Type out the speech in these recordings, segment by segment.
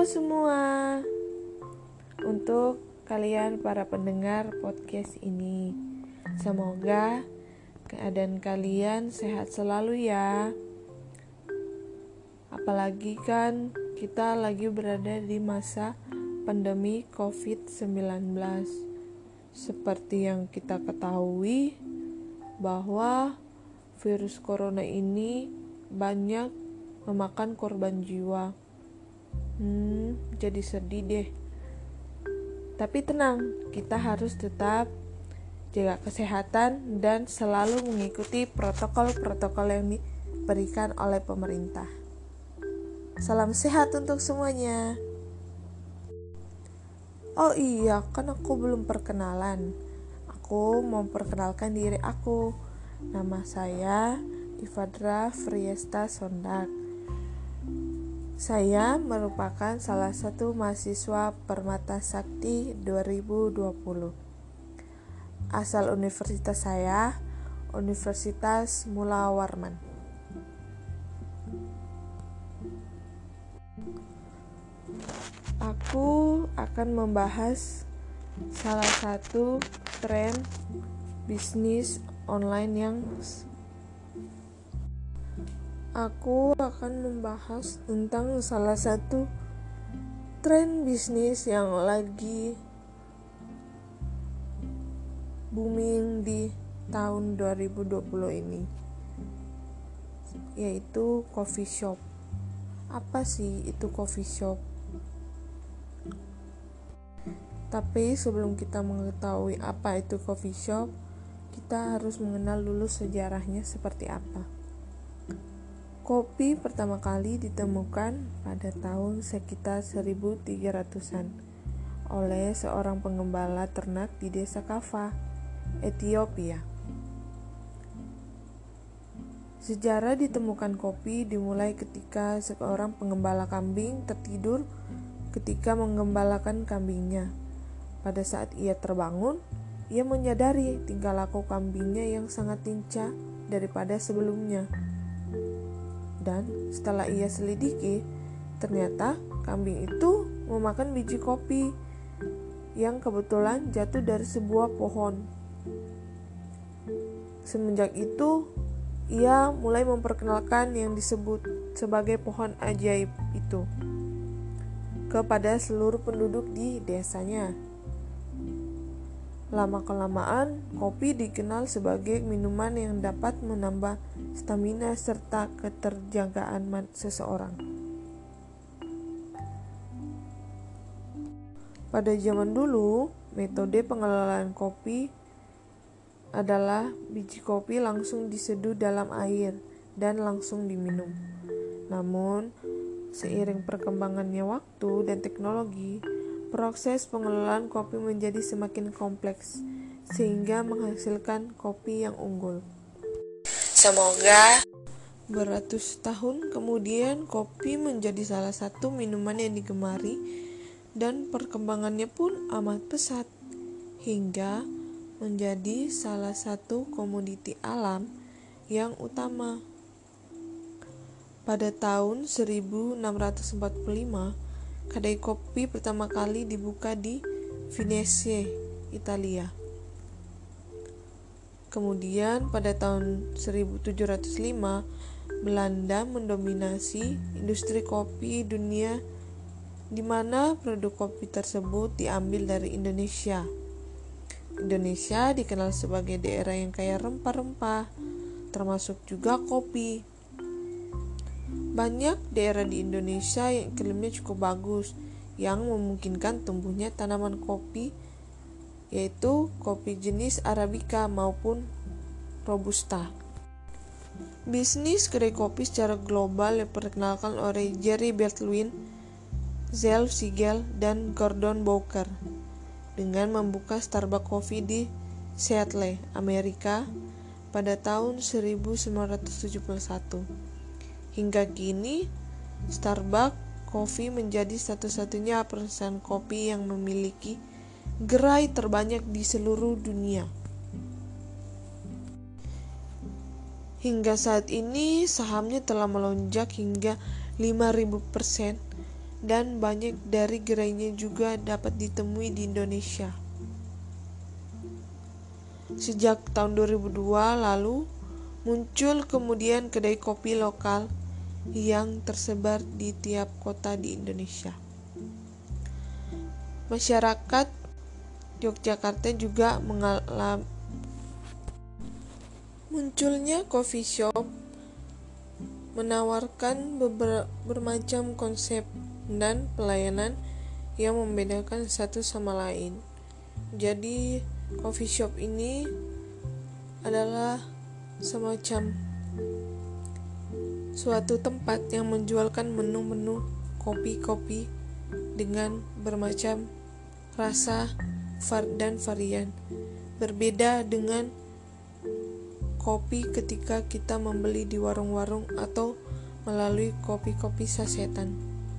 Halo semua, untuk kalian para pendengar podcast ini, semoga keadaan kalian sehat selalu ya. Apalagi kan kita lagi berada di masa pandemi COVID-19. Seperti yang kita ketahui bahwa virus corona ini banyak memakan korban jiwa. Jadi sedih deh. Tapi tenang, kita harus tetap jaga kesehatan dan selalu mengikuti protokol-protokol yang diberikan oleh pemerintah. Salam sehat untuk semuanya. Oh iya, kan aku belum perkenalan. Aku mau perkenalkan diri aku. Nama saya Ifadra Friesta Sondak. Saya merupakan salah satu mahasiswa Permata Sakti 2020. Asal universitas saya, Universitas Mula Warman. Aku akan membahas salah satu tren bisnis online yang Aku akan membahas tentang salah satu tren bisnis yang lagi booming di tahun 2020 ini, yaitu coffee shop. Apa sih itu coffee shop? Tapi sebelum kita mengetahui apa itu coffee shop, kita harus mengenal dulu sejarahnya seperti apa. Kopi pertama kali ditemukan pada tahun sekitar 1300-an oleh seorang pengembala ternak di desa Kaffa, Ethiopia. Sejarah ditemukan kopi dimulai ketika seorang pengembala kambing tertidur ketika menggembalakan kambingnya. Pada saat ia terbangun, ia menyadari tingkah laku kambingnya yang sangat lincah daripada sebelumnya. Dan setelah ia selidiki, ternyata kambing itu memakan biji kopi yang kebetulan jatuh dari sebuah pohon. Semenjak itu, ia mulai memperkenalkan yang disebut sebagai pohon ajaib itu kepada seluruh penduduk di desanya. Lama-kelamaan, kopi dikenal sebagai minuman yang dapat menambah stamina serta keterjagaan seseorang. Pada zaman dulu, metode pengelolaan kopi adalah biji kopi langsung diseduh dalam air dan langsung diminum. Namun, seiring perkembangannya waktu dan teknologi, proses pengelolaan kopi menjadi semakin kompleks, sehingga menghasilkan kopi yang unggul. Semoga beratus tahun kemudian kopi menjadi salah satu minuman yang digemari dan perkembangannya pun amat pesat, hingga menjadi salah satu komoditi alam yang utama. Pada tahun 1645, kedai kopi pertama kali dibuka di Venice, Italia. Kemudian pada tahun 1705, Belanda mendominasi industri kopi dunia, di mana produk kopi tersebut diambil dari Indonesia. Indonesia dikenal sebagai daerah yang kaya rempah-rempah, termasuk juga kopi. Banyak daerah di Indonesia yang iklimnya cukup bagus, yang memungkinkan tumbuhnya tanaman kopi, yaitu kopi jenis Arabica maupun Robusta. Bisnis kedai kopi secara global diperkenalkan oleh Jerry Baldwin, Zell Siegel, dan Gordon Booker dengan membuka Starbucks Coffee di Seattle, Amerika pada tahun 1971. Hingga kini, Starbucks Coffee menjadi satu-satunya perusahaan kopi yang memiliki gerai terbanyak di seluruh dunia. Hingga saat ini, sahamnya telah melonjak hingga 5.000% dan banyak dari gerainya juga dapat ditemui di Indonesia. Sejak tahun 2002 lalu, muncul kemudian kedai kopi lokal yang tersebar di tiap kota di Indonesia. Masyarakat Yogyakarta juga mengalami munculnya coffee shop menawarkan bermacam konsep dan pelayanan yang membedakan satu sama lain. Jadi, coffee shop ini adalah semacam suatu tempat yang menjualkan menu-menu kopi-kopi dengan bermacam rasa dan varian. Berbeda dengan kopi ketika kita membeli di warung-warung atau melalui kopi-kopi sasetan.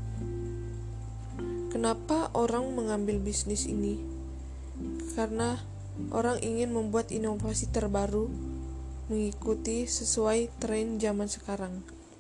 Kenapa orang mengambil bisnis ini? Karena orang ingin membuat inovasi terbaru mengikuti sesuai tren zaman sekarang.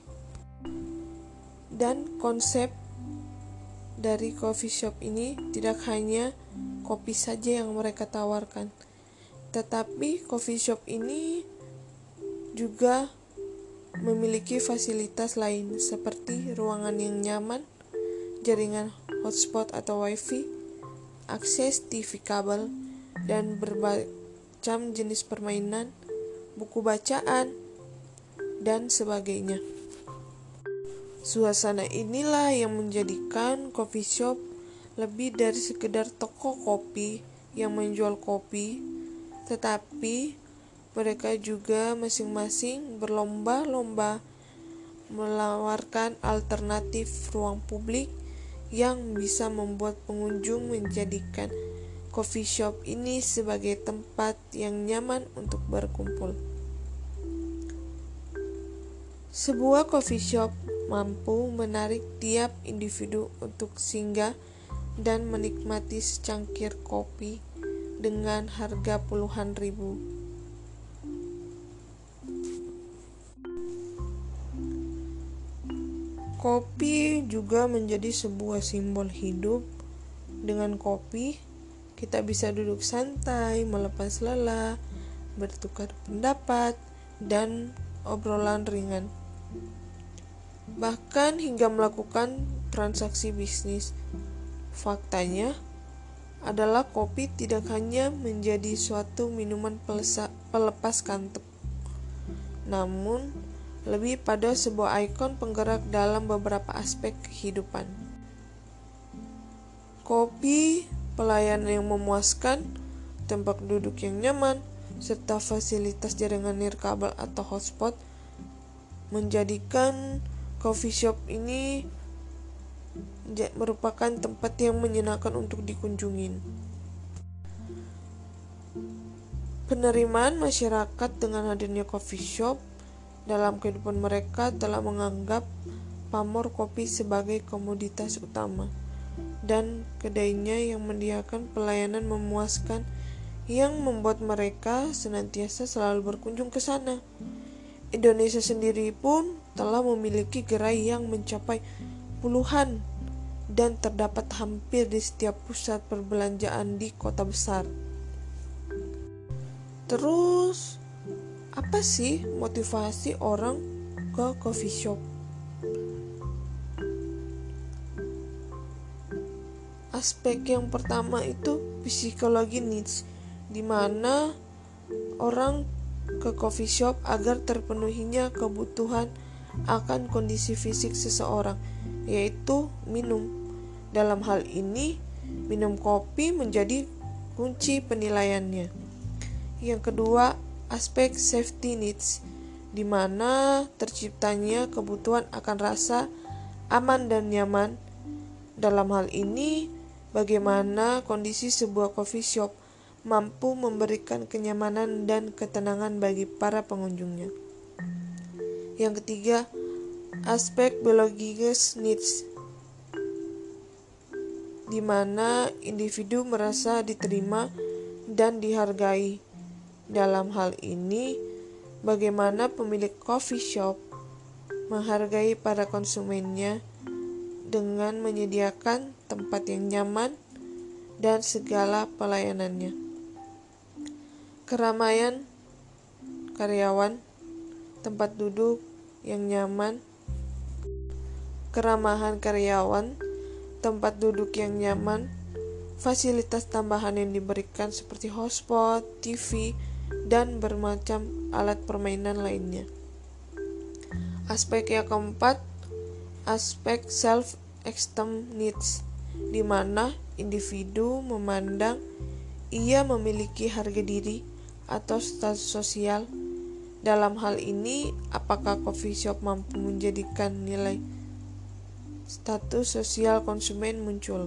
Dan konsep dari coffee shop ini tidak hanya kopi saja yang mereka tawarkan, tetapi coffee shop ini juga memiliki fasilitas lain seperti ruangan yang nyaman, jaringan hotspot atau wifi, akses TV kabel, dan bermacam jenis permainan, buku bacaan, dan sebagainya. Suasana inilah yang menjadikan coffee shop lebih dari sekedar toko kopi yang menjual kopi, tetapi mereka juga masing-masing berlomba-lomba menawarkan alternatif ruang publik yang bisa membuat pengunjung menjadikan coffee shop ini sebagai tempat yang nyaman untuk berkumpul. Sebuah coffee shop mampu menarik tiap individu untuk singgah dan menikmati secangkir kopi dengan harga puluhan ribu. Kopi juga menjadi sebuah simbol hidup. Dengan kopi, kita bisa duduk santai, melepas lelah, bertukar pendapat, dan obrolan ringan. Bahkan hingga melakukan transaksi bisnis. Faktanya adalah kopi tidak hanya menjadi suatu minuman pelepas kantuk, namun lebih pada sebuah ikon penggerak dalam beberapa aspek kehidupan. Kopi, pelayanan yang memuaskan, tempat duduk yang nyaman, serta fasilitas jaringan nirkabel atau hotspot menjadikan coffee shop ini merupakan tempat yang menyenangkan untuk dikunjungin. Penerimaan masyarakat dengan hadirnya coffee shop dalam kehidupan mereka telah menganggap pamor kopi sebagai komoditas utama, dan kedainya yang menyediakan pelayanan memuaskan yang membuat mereka senantiasa selalu berkunjung ke sana. Indonesia sendiri pun telah memiliki gerai yang mencapai puluhan dan terdapat hampir di setiap pusat perbelanjaan di kota besar. Terus, apa sih motivasi orang ke coffee shop? Aspek yang pertama itu psikologi needs, di mana orang ke coffee shop agar terpenuhinya kebutuhan akan kondisi fisik seseorang, yaitu minum. Dalam hal ini, minum kopi menjadi kunci penilaiannya. Yang kedua, aspek safety needs, di mana terciptanya kebutuhan akan rasa aman dan nyaman. Dalam hal ini, bagaimana kondisi sebuah coffee shop mampu memberikan kenyamanan dan ketenangan bagi para pengunjungnya. Yang ketiga, aspek biologis needs, di mana individu merasa diterima dan dihargai. Dalam hal ini, bagaimana pemilik coffee shop menghargai para konsumennya dengan menyediakan tempat yang nyaman dan segala pelayanannya. Keramaian karyawan, tempat duduk yang nyaman, keramahan karyawan, tempat duduk yang nyaman, fasilitas tambahan yang diberikan seperti hotspot, TV, dan bermacam alat permainan lainnya. Aspek yang keempat, aspek self-esteem needs, di mana individu memandang ia memiliki harga diri atau status sosial. Dalam hal ini, apakah coffee shop mampu menjadikan nilai status sosial konsumen muncul?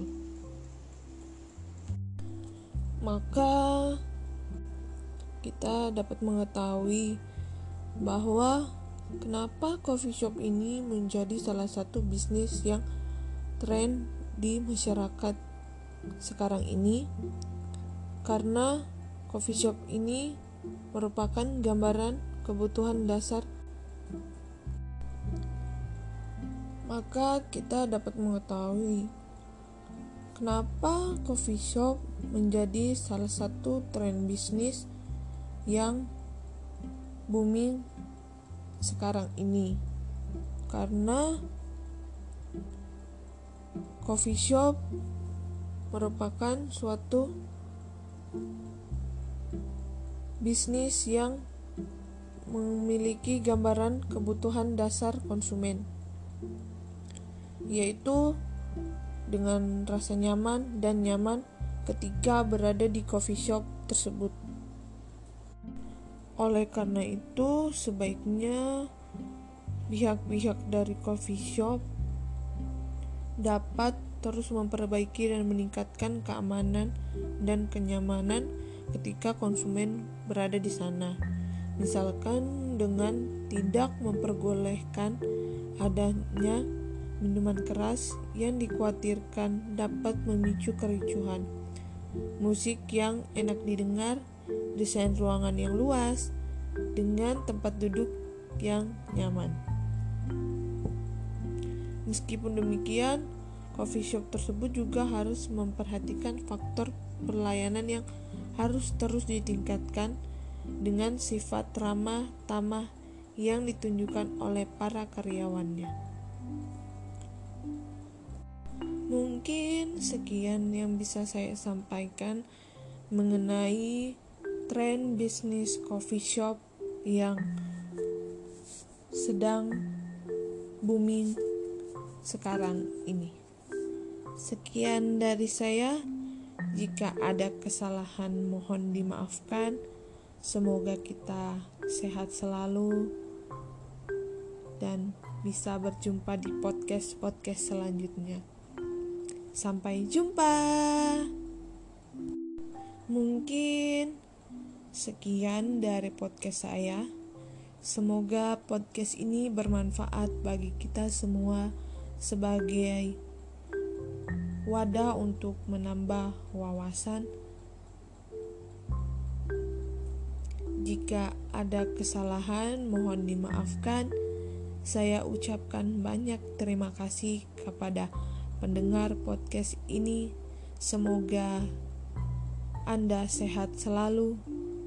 Maka kita dapat mengetahui bahwa kenapa coffee shop ini menjadi salah satu bisnis yang tren di masyarakat sekarang ini, karena coffee shop ini merupakan gambaran kebutuhan dasar. Maka kita dapat mengetahui kenapa coffee shop menjadi salah satu tren bisnis yang booming sekarang ini. Karena coffee shop merupakan suatu bisnis yang memiliki gambaran kebutuhan dasar konsumen, yaitu dengan rasa nyaman dan nyaman ketika berada di coffee shop tersebut. Oleh karena itu, sebaiknya pihak-pihak dari coffee shop dapat terus memperbaiki dan meningkatkan keamanan dan kenyamanan ketika konsumen berada di sana. Misalkan dengan tidak memperbolehkan adanya minuman keras yang dikhawatirkan dapat memicu kericuhan, musik yang enak didengar, desain ruangan yang luas, dengan tempat duduk yang nyaman. Meskipun demikian, coffee shop tersebut juga harus memperhatikan faktor pelayanan yang harus terus ditingkatkan dengan sifat ramah tamah yang ditunjukkan oleh para karyawannya. Mungkin sekian yang bisa saya sampaikan mengenai tren bisnis coffee shop yang sedang booming sekarang ini. Sekian dari saya. Jika ada kesalahan mohon dimaafkan. Semoga kita sehat selalu dan bisa berjumpa di podcast selanjutnya. Sampai jumpa. Mungkin sekian dari podcast saya. Semoga podcast ini bermanfaat bagi kita semua sebagai wadah untuk menambah wawasan. Jika ada kesalahan, mohon dimaafkan. Saya ucapkan banyak terima kasih kepada pendengar podcast ini. Semoga Anda sehat selalu.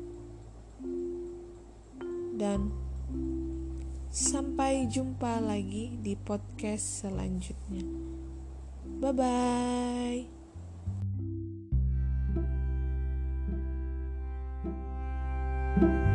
Dan sampai jumpa lagi di podcast selanjutnya. Bye-bye.